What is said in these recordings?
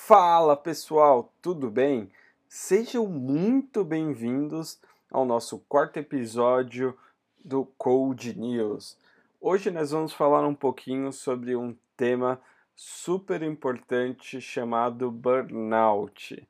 Fala pessoal, tudo bem? Sejam muito bem-vindos ao nosso quarto episódio do Code News. Hoje nós vamos falar um pouquinho sobre um tema super importante chamado burnout.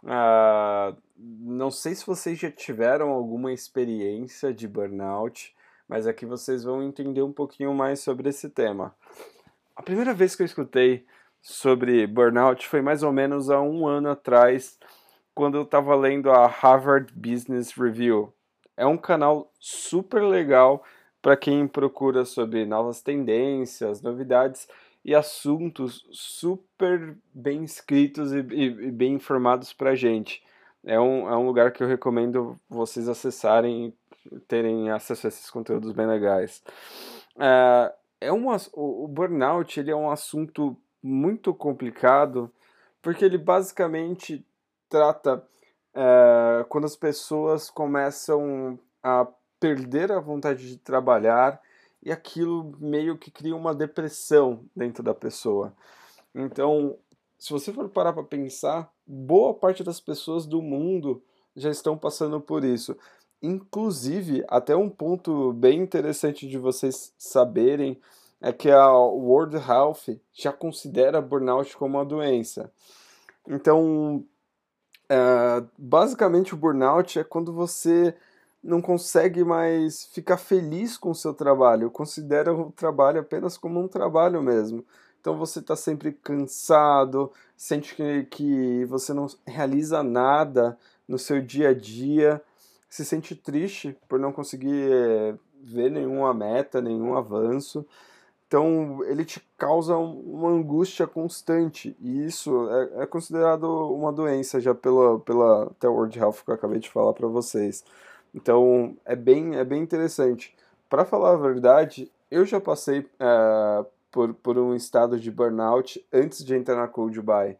Não sei se vocês já tiveram alguma experiência de burnout, mas aqui vocês vão entender um pouquinho mais sobre esse tema. A primeira vez que eu escutei sobre burnout foi mais ou menos há um ano atrás, quando eu estava lendo a Harvard Business Review. É um canal super legal para quem procura sobre novas tendências, novidades e assuntos super bem escritos e bem informados para a gente. É um lugar que eu recomendo vocês acessarem e terem acesso a esses conteúdos bem legais. É, o burnout ele é um assunto muito complicado porque ele basicamente trata quando as pessoas começam a perder a vontade de trabalhar e aquilo meio que cria uma depressão dentro da pessoa. Então, se você for parar para pensar, boa parte das pessoas do mundo já estão passando por isso. Inclusive, até um ponto bem interessante de vocês saberem é que a World Health já considera burnout como uma doença. Então, basicamente o burnout é quando você não consegue mais ficar feliz com o seu trabalho, considera o trabalho apenas como um trabalho mesmo. Então você está sempre cansado, sente que você não realiza nada no seu dia a dia, se sente triste por não conseguir ver nenhuma meta, nenhum avanço. Então, ele te causa uma angústia constante, e isso é considerado uma doença já pela até World Health que eu acabei de falar para vocês. Então, é bem interessante. Para falar a verdade, eu já passei por um estado de burnout antes de entrar na Codebuy.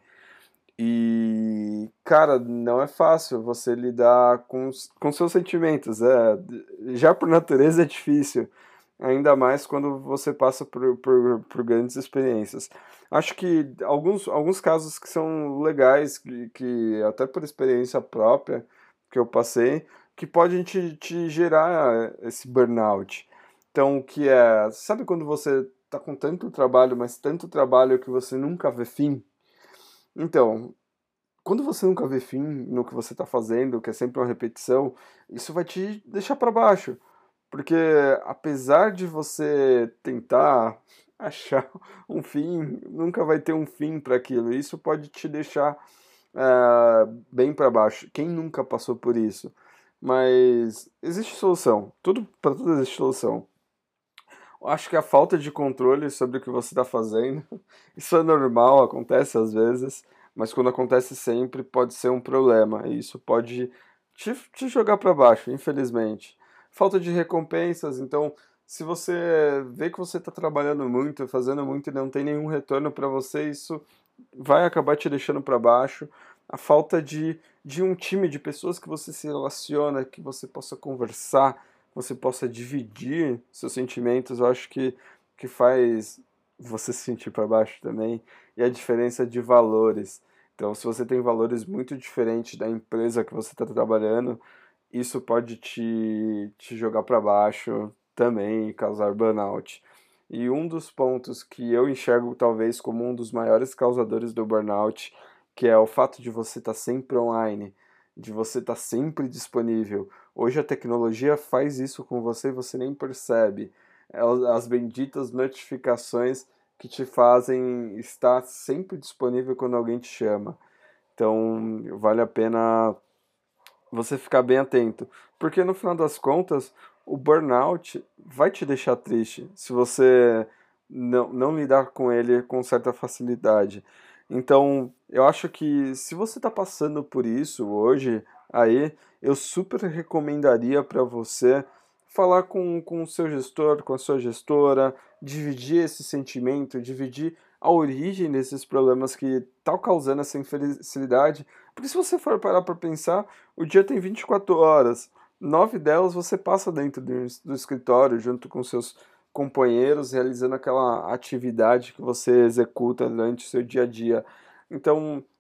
E, cara, não é fácil você lidar com seus sentimentos. Já por natureza é difícil, ainda mais quando você passa por grandes experiências. Acho que alguns casos que são legais, que até por experiência própria que eu passei, que podem te gerar esse burnout. Então, sabe quando você tá com tanto trabalho, mas tanto trabalho que você nunca vê fim? Então, quando você nunca vê fim no que você está fazendo, que é sempre uma repetição, isso vai te deixar para baixo. Porque apesar de você tentar achar um fim, nunca vai ter um fim para aquilo. Isso pode te deixar bem para baixo. Quem nunca passou por isso? Mas existe solução. Para tudo existe solução. Eu acho que a falta de controle sobre o que você está fazendo, isso é normal, acontece às vezes, mas quando acontece sempre pode ser um problema, e isso pode te jogar para baixo, infelizmente. Falta de recompensas, então, se você vê que você está trabalhando muito, fazendo muito e não tem nenhum retorno para você, isso vai acabar te deixando para baixo. A falta de um time de pessoas que você se relaciona, que você possa conversar, você possa dividir seus sentimentos, eu acho que faz você se sentir para baixo também. E a diferença de valores. Então, se você tem valores muito diferentes da empresa que você está trabalhando, isso pode te jogar para baixo também e causar burnout. E um dos pontos que eu enxergo talvez como um dos maiores causadores do burnout, que é o fato de você estar sempre online, de você estar sempre disponível. Hoje a tecnologia faz isso com você e você nem percebe. As benditas notificações que te fazem estar sempre disponível quando alguém te chama. Então, vale a pena você ficar bem atento, porque no final das contas, o burnout vai te deixar triste se você não lidar com ele com certa facilidade. Então, eu acho que se você está passando por isso hoje, aí eu super recomendaria para você falar com o seu gestor, com a sua gestora, dividir esse sentimento, dividir a origem desses problemas que estão causando essa infelicidade. Porque se você for parar para pensar, o dia tem 24 horas, 9 delas você passa dentro do escritório junto com seus companheiros, realizando aquela atividade que você executa durante o seu dia a dia. Então,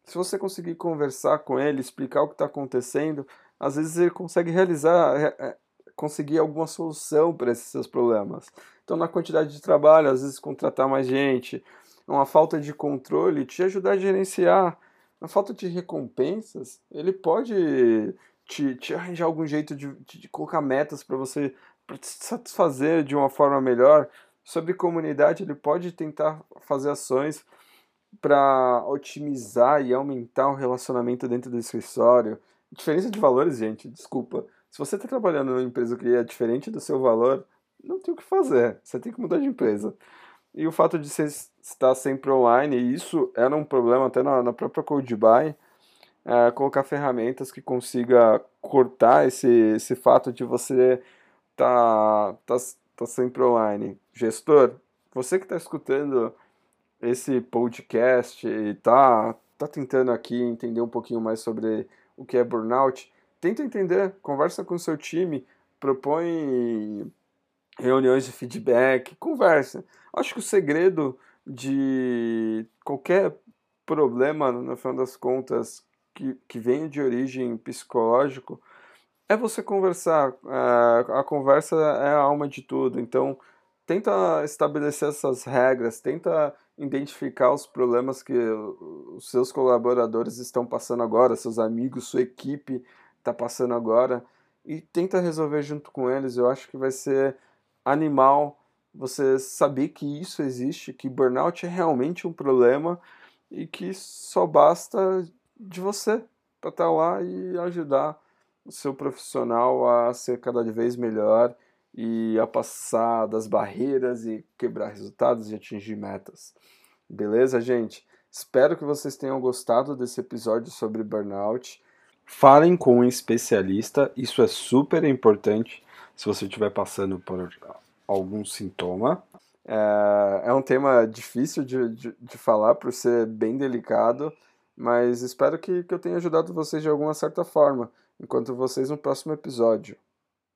Se você conseguir conversar com ele, explicar o que está acontecendo, às vezes ele consegue realizar, conseguir alguma solução para esses seus problemas. Então, na quantidade de trabalho, às vezes contratar mais gente, uma falta de controle, te ajudar a gerenciar. Na falta de recompensas, ele pode te arranjar algum jeito de colocar metas para você pra te satisfazer de uma forma melhor. Sobre comunidade, ele pode tentar fazer ações para otimizar e aumentar o relacionamento dentro do escritório. Diferença de valores, gente, desculpa. Se você está trabalhando numa empresa que é diferente do seu valor, não tem o que fazer. Você tem que mudar de empresa. E o fato de você estar sempre online, e isso era um problema até na própria CodeBuy, colocar ferramentas que consiga cortar esse fato de você tá sempre online. Gestor, você que está escutando esse podcast e tá tentando aqui entender um pouquinho mais sobre o que é burnout, tenta entender, conversa com o seu time, propõe reuniões de feedback, conversa. Acho que o segredo de qualquer problema, no final das contas, que venha de origem psicológico, é você conversar. A conversa é a alma de tudo. Então, tenta estabelecer essas regras, tenta identificar os problemas que os seus colaboradores estão passando agora, seus amigos, sua equipe está passando agora, e tenta resolver junto com eles. Eu acho que vai ser animal você saber que isso existe, que burnout é realmente um problema e que só basta de você para estar lá e ajudar o seu profissional a ser cada vez melhor e a passar das barreiras e quebrar resultados e atingir metas. Beleza, gente? Espero que vocês tenham gostado desse episódio sobre burnout. Falem com um especialista, isso é super importante se você estiver passando por algum sintoma. É um tema difícil de falar por ser bem delicado, mas espero que eu tenha ajudado vocês de alguma certa forma. Enquanto vocês no próximo episódio.